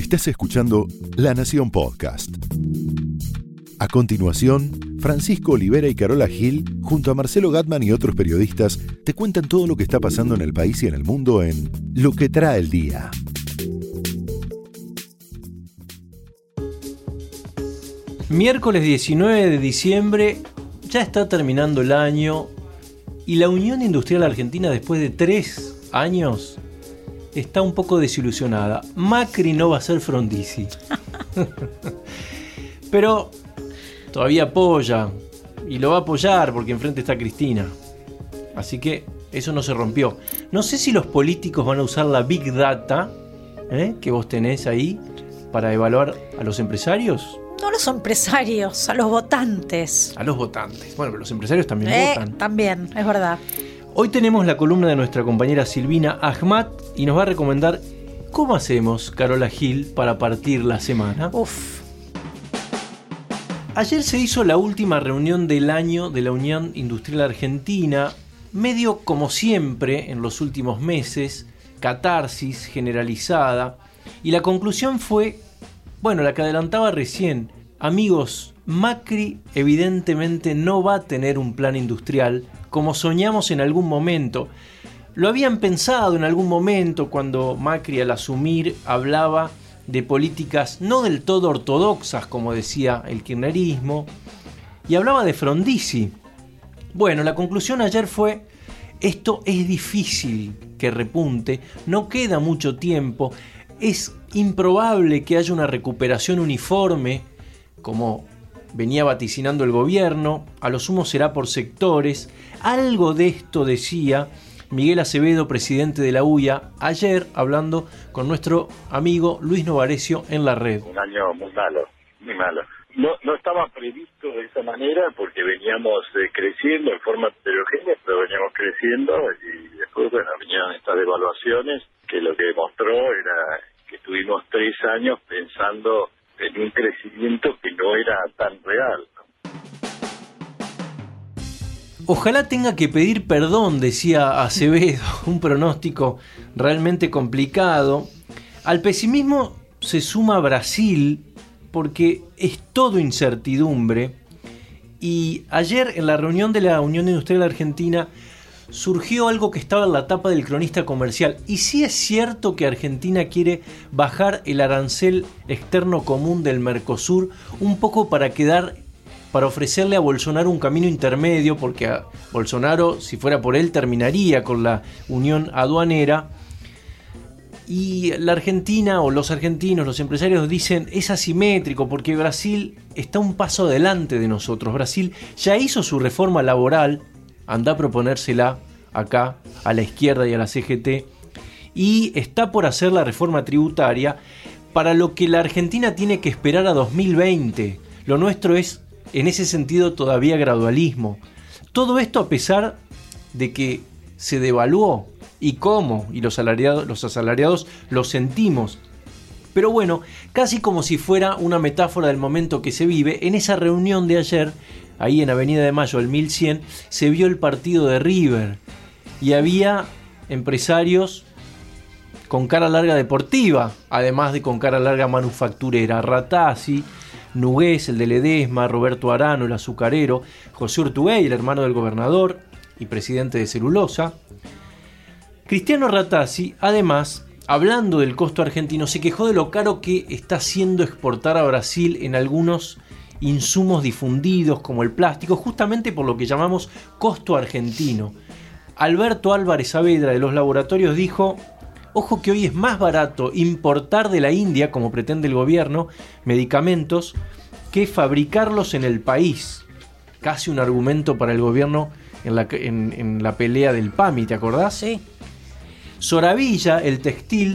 Estás escuchando La Nación Podcast. A continuación, Francisco Olivera y Carola Gil, junto a Marcelo Gatman y otros periodistas, te cuentan todo lo que está pasando en el país y en el mundo en Lo que trae el día. Miércoles 19 de diciembre, ya está terminando el año y la Unión Industrial Argentina, después de 3 años, está un poco desilusionada. Macri no va a ser Frondizi. Pero todavía apoya y lo va a apoyar porque enfrente está Cristina. Así que eso no se rompió. No sé si los políticos van a usar la Big Data que vos tenés ahí para evaluar a los empresarios. No a los empresarios, a los votantes. A los votantes. Bueno, pero los empresarios también votan. También, es verdad. Hoy tenemos la columna de nuestra compañera Silvina Ahmad y nos va a recomendar cómo hacemos, Carola Gil, para partir la semana. Ayer se hizo la última reunión del año de la Unión Industrial Argentina, medio como siempre en los últimos meses, catarsis generalizada, y la conclusión fue, bueno, la que adelantaba recién. Amigos, Macri evidentemente no va a tener un plan industrial como soñamos en algún momento. Lo habían pensado en algún momento cuando Macri, al asumir, hablaba de políticas no del todo ortodoxas, como decía el kirchnerismo, y hablaba de Frondizi. Bueno, la conclusión ayer fue: esto es difícil que repunte, no queda mucho tiempo, es improbable que haya una recuperación uniforme, como venía vaticinando el gobierno, a lo sumo será por sectores. Algo de esto decía Miguel Acevedo, presidente de la UIA, ayer hablando con nuestro amigo Luis Novarecio en la red. Un año muy malo, muy malo. No estaba previsto de esa manera porque veníamos creciendo en forma heterogénea, pero veníamos creciendo y después, bueno, vinieron estas devaluaciones que lo que demostró era que tuvimos 3 años pensando en un crecimiento que no era tan real, ¿no? Ojalá tenga que pedir perdón, decía Acevedo, un pronóstico realmente complicado. Al pesimismo se suma Brasil, porque es todo incertidumbre. Y ayer en la reunión de la Unión Industrial Argentina surgió algo que estaba en la tapa del Cronista Comercial. Y sí es cierto que Argentina quiere bajar el arancel externo común del Mercosur un poco para ofrecerle a Bolsonaro un camino intermedio, porque a Bolsonaro, si fuera por él, terminaría con la unión aduanera. Y la Argentina, o los argentinos, los empresarios dicen, es asimétrico porque Brasil está un paso adelante de nosotros. Brasil ya hizo su reforma laboral, anda a proponérsela acá a la izquierda y a la CGT, y está por hacer la reforma tributaria, para lo que la Argentina tiene que esperar a 2020. Lo nuestro es, en ese sentido, todavía gradualismo. Todo esto a pesar de que se devaluó. ¿Y cómo? Y los asalariados lo sentimos. Pero bueno, casi como si fuera una metáfora del momento que se vive, en esa reunión de ayer, ahí en Avenida de Mayo, el 1100, se vio el partido de River. Y había empresarios con cara larga deportiva, además de con cara larga manufacturera. Ratazzi, Nugués, el de Ledesma, Roberto Arano, el azucarero, José Urtubey, el hermano del gobernador y presidente de Celulosa. Cristiano Ratazzi, además, hablando del costo argentino, se quejó de lo caro que está haciendo exportar a Brasil en algunos insumos difundidos como el plástico, justamente por lo que llamamos costo argentino. Alberto Álvarez Saavedra de los laboratorios dijo: ojo que hoy es más barato importar de la India, como pretende el gobierno, medicamentos, que fabricarlos en el país. Casi un argumento para el gobierno en la pelea del PAMI, ¿te acordás? Sí. Soravilla, el textil,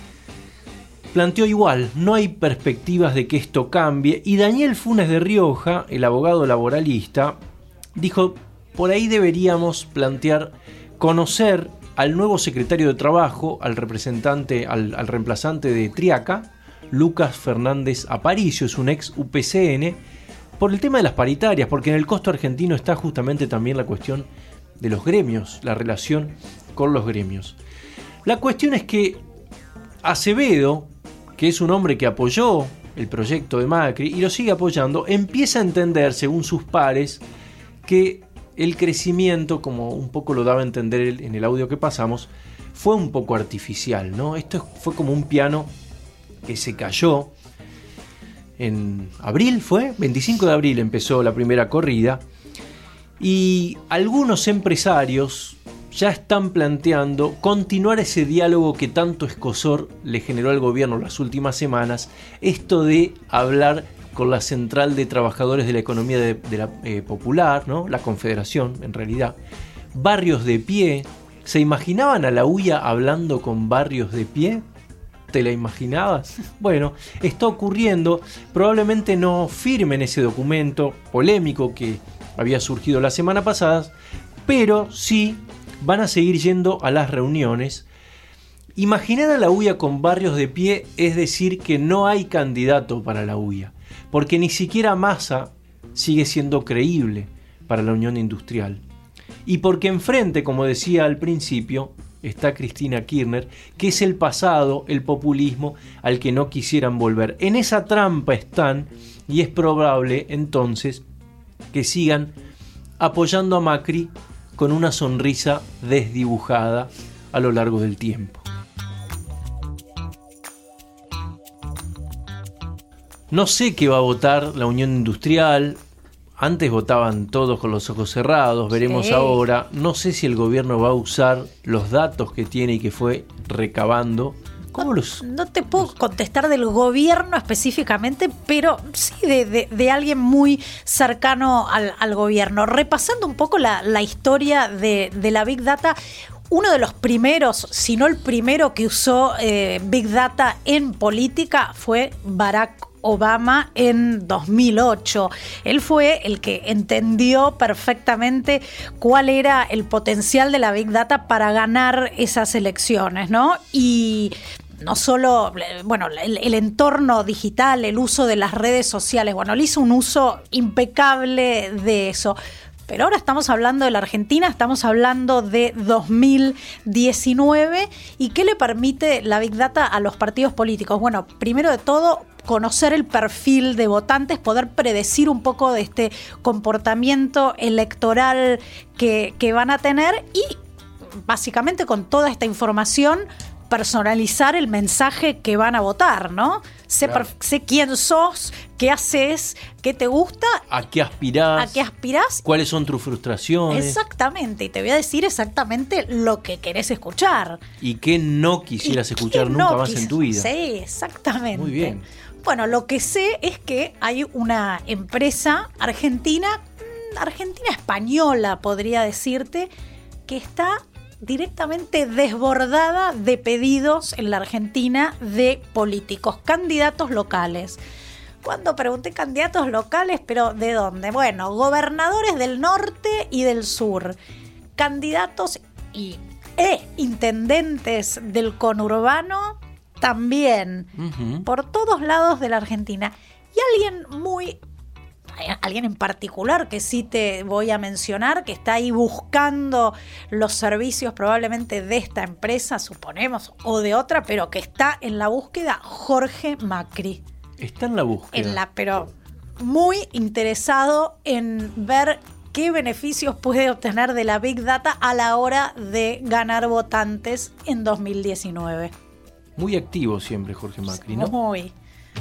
planteó igual, no hay perspectivas de que esto cambie. Y Daniel Funes de Rioja, el abogado laboralista, dijo: por ahí deberíamos plantear conocer al nuevo secretario de Trabajo, al reemplazante de Triaca, Lucas Fernández Aparicio, es un ex UPCN, por el tema de las paritarias, porque en el costo argentino está justamente también la cuestión de los gremios, la relación con los gremios. La cuestión es que Acevedo, que es un hombre que apoyó el proyecto de Macri y lo sigue apoyando, empieza a entender, según sus pares, que el crecimiento, como un poco lo daba a entender en el audio que pasamos, fue un poco artificial, ¿no? Esto fue como un piano que se cayó. En abril fue, 25 de abril empezó la primera corrida y algunos empresarios ya están planteando continuar ese diálogo que tanto escozor le generó al gobierno las últimas semanas, esto de hablar con la Central de Trabajadores de la Economía de la Popular, ¿no? La Confederación, en realidad. Barrios de Pie. ¿Se imaginaban a la UIA hablando con Barrios de Pie? ¿Te la imaginabas? Bueno, está ocurriendo. Probablemente no firmen ese documento polémico que había surgido la semana pasada, pero sí van a seguir yendo a las reuniones. Imaginar a la UIA con Barrios de Pie es decir que no hay candidato para la UIA, porque ni siquiera Massa sigue siendo creíble para la Unión Industrial. Y porque enfrente, como decía al principio, está Cristina Kirchner, que es el pasado, el populismo al que no quisieran volver. En esa trampa están y es probable entonces que sigan apoyando a Macri con una sonrisa desdibujada a lo largo del tiempo. No sé qué va a votar la Unión Industrial. Antes votaban todos con los ojos cerrados, veremos Sí. ahora. No sé si el gobierno va a usar los datos que tiene y que fue recabando. ¿Cómo los...? No te puedo contestar del gobierno específicamente, pero sí de alguien muy cercano al gobierno. Repasando un poco la historia de la Big Data, uno de los primeros, si no el primero que usó Big Data en política fue Barack Obama en 2008. Él fue el que entendió perfectamente cuál era el potencial de la Big Data para ganar esas elecciones, ¿no? Y no solo, bueno, el entorno digital, el uso de las redes sociales, bueno, él hizo un uso impecable de eso. Pero ahora estamos hablando de la Argentina, estamos hablando de 2019. ¿Y qué le permite la Big Data a los partidos políticos? Bueno, primero de todo, conocer el perfil de votantes, poder predecir un poco de este comportamiento electoral que van a tener y básicamente con toda esta información personalizar el mensaje que van a votar, ¿no? Claro. Sé quién sos, qué haces, qué te gusta, ¿A qué aspirás? a qué aspirás. ¿Cuáles son tus frustraciones? Exactamente, y te voy a decir exactamente lo que querés escuchar. ¿Y qué no quisieras ¿Y escuchar qué nunca no más en tu vida? Sí, exactamente. Muy bien. Bueno, lo que sé es que hay una empresa argentina española, podría decirte, que está directamente desbordada de pedidos en la Argentina de políticos, candidatos locales. Cuando pregunté candidatos locales, pero ¿de dónde? Bueno, gobernadores del norte y del sur, candidatos e intendentes del conurbano también, por todos lados de la Argentina. Y alguien en particular que sí te voy a mencionar, que está ahí buscando los servicios probablemente de esta empresa, suponemos, o de otra, pero que está en la búsqueda, Jorge Macri. Está en la búsqueda. Pero muy interesado en ver qué beneficios puede obtener de la Big Data a la hora de ganar votantes en 2019. Muy activo siempre Jorge Macri, ¿no? Muy.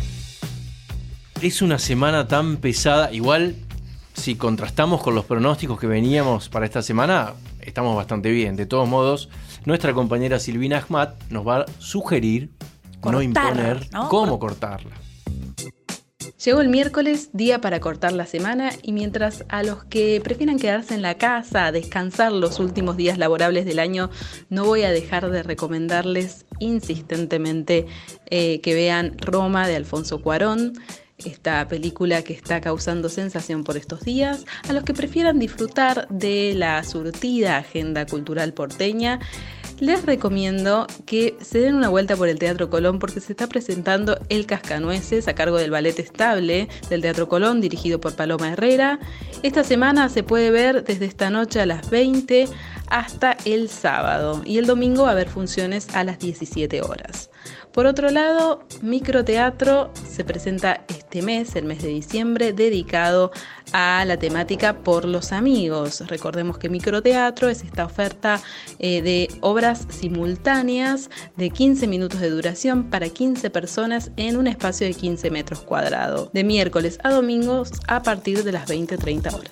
Es una semana tan pesada. Igual, si contrastamos con los pronósticos que veníamos para esta semana, estamos bastante bien. De todos modos, nuestra compañera Silvina Ahmad nos va a sugerir, no imponer, ¿no? cómo cortarla. Llegó el miércoles, día para cortar la semana, y mientras a los que prefieran quedarse en la casa a descansar los últimos días laborables del año, no voy a dejar de recomendarles insistentemente que vean Roma de Alfonso Cuarón, esta película que está causando sensación por estos días. A los que prefieran disfrutar de la surtida agenda cultural porteña, les recomiendo que se den una vuelta por el Teatro Colón porque se está presentando El Cascanueces a cargo del Ballet Estable del Teatro Colón, dirigido por Paloma Herrera. Esta semana se puede ver desde esta noche a las 20 hasta el sábado, y el domingo va a haber funciones a las 17 horas. Por otro lado, Microteatro se presenta este mes, el mes de diciembre, dedicado a la temática por los amigos. Recordemos que Microteatro es esta oferta de obras simultáneas de 15 minutos de duración para 15 personas en un espacio de 15 metros cuadrados, de miércoles a domingos a partir de las 20:30 horas.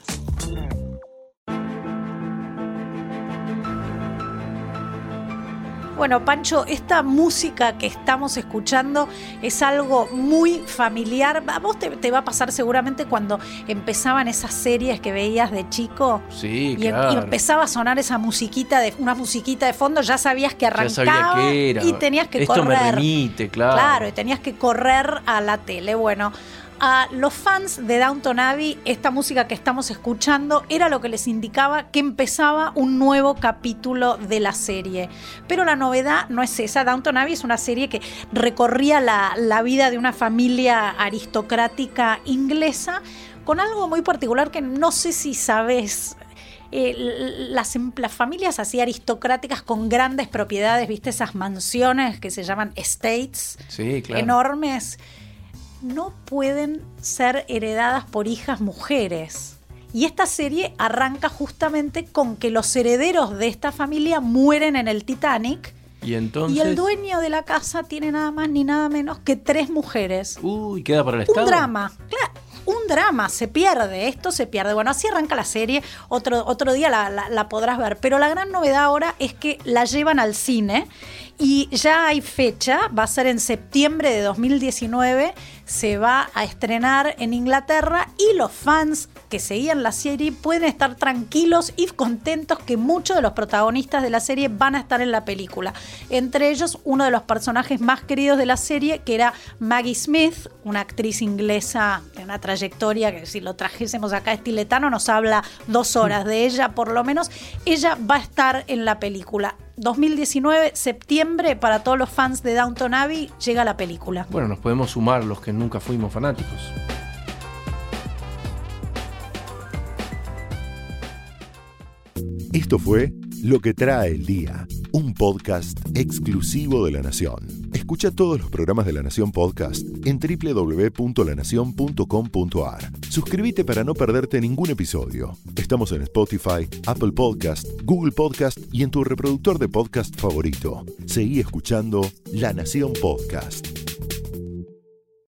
Bueno, Pancho, esta música que estamos escuchando es algo muy familiar. A vos te va a pasar seguramente cuando empezaban esas series que veías de chico. Sí, y claro. Empezaba a sonar una musiquita de fondo, ya sabías que arrancaba. Ya sabía qué era. Y tenías que Esto correr. me remite, claro. Claro, y tenías que correr a la tele. Bueno, a los fans de Downton Abbey, esta música que estamos escuchando era lo que les indicaba que empezaba un nuevo capítulo de la serie. Pero la novedad no es esa. Downton Abbey es una serie que recorría la vida de una familia aristocrática inglesa con algo muy particular que no sé si sabes. Las familias así aristocráticas con grandes propiedades, ¿viste? Esas mansiones que se llaman estates, Sí, claro. enormes, no pueden ser heredadas por hijas mujeres. Y esta serie arranca justamente con que los herederos de esta familia mueren en el Titanic. Y entonces. Y el dueño de la casa tiene nada más ni nada menos que 3 mujeres. Uy, queda para el Estado. Un drama, claro. Un drama, se pierde, esto se pierde. Bueno, así arranca la serie, otro día la podrás ver. Pero la gran novedad ahora es que la llevan al cine y ya hay fecha, va a ser en septiembre de 2019, se va a estrenar en Inglaterra y los fans que seguían la serie pueden estar tranquilos y contentos que muchos de los protagonistas de la serie van a estar en la película. Entre ellos, uno de los personajes más queridos de la serie, que era Maggie Smith, una actriz inglesa de una trayectoria que si lo trajésemos acá estiletano nos habla 2 horas de ella por lo menos. Ella va a estar en la película. 2019, septiembre, para todos los fans de Downton Abbey, llega la película. Bueno, nos podemos sumar los que nunca fuimos fanáticos. Esto fue Lo que trae el día, un podcast exclusivo de La Nación. Escucha todos los programas de La Nación Podcast en www.lanacion.com.ar. Suscríbete para no perderte ningún episodio. Estamos en Spotify, Apple Podcast, Google Podcast y en tu reproductor de podcast favorito. Seguí escuchando La Nación Podcast.